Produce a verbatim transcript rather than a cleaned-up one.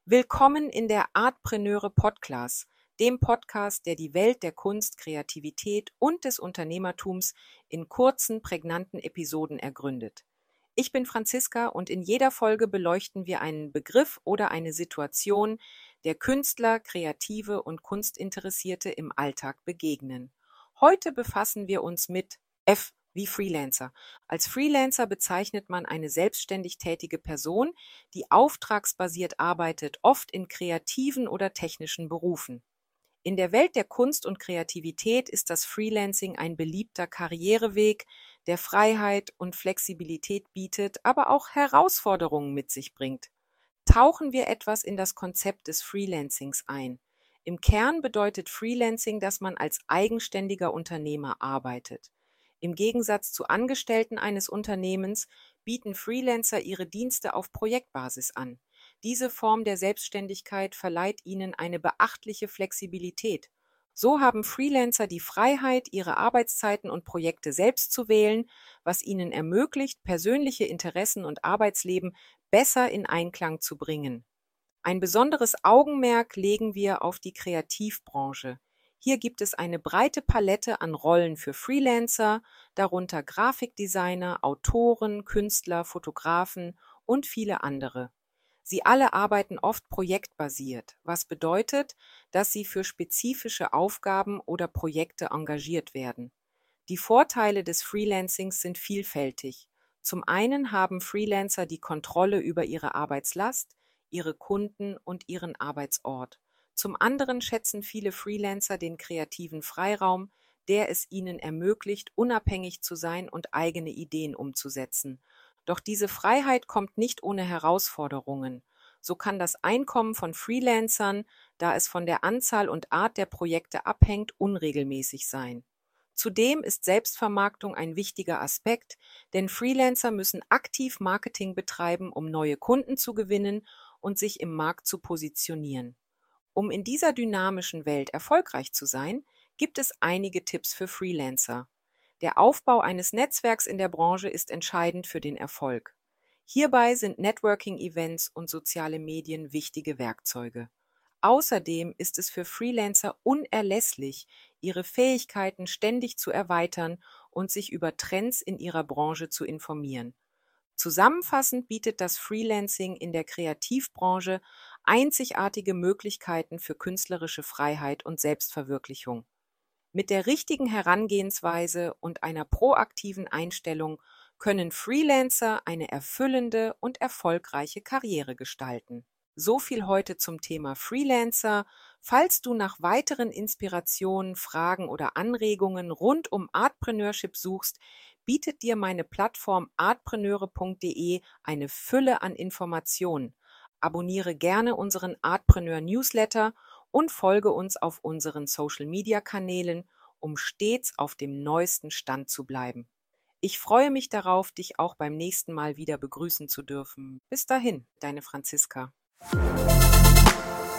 Willkommen in der Artpreneure Podcast, dem Podcast, der die Welt der Kunst, Kreativität und des Unternehmertums in kurzen, prägnanten Episoden ergründet. Ich bin Franziska und in jeder Folge beleuchten wir einen Begriff oder eine Situation, der Künstler, Kreative und Kunstinteressierte im Alltag begegnen. Heute befassen wir uns mit F wie Freelancer. Als Freelancer bezeichnet man eine selbstständig tätige Person, die auftragsbasiert arbeitet, oft in kreativen oder technischen Berufen. In der Welt der Kunst und Kreativität ist das Freelancing ein beliebter Karriereweg, der Freiheit und Flexibilität bietet, aber auch Herausforderungen mit sich bringt. Tauchen wir etwas in das Konzept des Freelancings ein. Im Kern bedeutet Freelancing, dass man als eigenständiger Unternehmer arbeitet. Im Gegensatz zu Angestellten eines Unternehmens bieten Freelancer ihre Dienste auf Projektbasis an. Diese Form der Selbstständigkeit verleiht ihnen eine beachtliche Flexibilität. So haben Freelancer die Freiheit, ihre Arbeitszeiten und Projekte selbst zu wählen, was ihnen ermöglicht, persönliche Interessen und Arbeitsleben besser in Einklang zu bringen. Ein besonderes Augenmerk legen wir auf die Kreativbranche. Hier gibt es eine breite Palette an Rollen für Freelancer, darunter Grafikdesigner, Autoren, Künstler, Fotografen und viele andere. Sie alle arbeiten oft projektbasiert, was bedeutet, dass sie für spezifische Aufgaben oder Projekte engagiert werden. Die Vorteile des Freelancings sind vielfältig. Zum einen haben Freelancer die Kontrolle über ihre Arbeitslast, ihre Kunden und ihren Arbeitsort. Zum anderen schätzen viele Freelancer den kreativen Freiraum, der es ihnen ermöglicht, unabhängig zu sein und eigene Ideen umzusetzen. Doch diese Freiheit kommt nicht ohne Herausforderungen. So kann das Einkommen von Freelancern, da es von der Anzahl und Art der Projekte abhängt, unregelmäßig sein. Zudem ist Selbstvermarktung ein wichtiger Aspekt, denn Freelancer müssen aktiv Marketing betreiben, um neue Kunden zu gewinnen und sich im Markt zu positionieren. Um in dieser dynamischen Welt erfolgreich zu sein, gibt es einige Tipps für Freelancer. Der Aufbau eines Netzwerks in der Branche ist entscheidend für den Erfolg. Hierbei sind Networking-Events und soziale Medien wichtige Werkzeuge. Außerdem ist es für Freelancer unerlässlich, ihre Fähigkeiten ständig zu erweitern und sich über Trends in ihrer Branche zu informieren. Zusammenfassend bietet das Freelancing in der Kreativbranche einzigartige Möglichkeiten für künstlerische Freiheit und Selbstverwirklichung. Mit der richtigen Herangehensweise und einer proaktiven Einstellung können Freelancer eine erfüllende und erfolgreiche Karriere gestalten. So viel heute zum Thema Freelancer. Falls du nach weiteren Inspirationen, Fragen oder Anregungen rund um Artpreneurship suchst, bietet dir meine Plattform artpreneure punkt de eine Fülle an Informationen. Abonniere gerne unseren Artpreneur Newsletter und folge uns auf unseren Social-Media-Kanälen, um stets auf dem neuesten Stand zu bleiben. Ich freue mich darauf, dich auch beim nächsten Mal wieder begrüßen zu dürfen. Bis dahin, deine Franziska.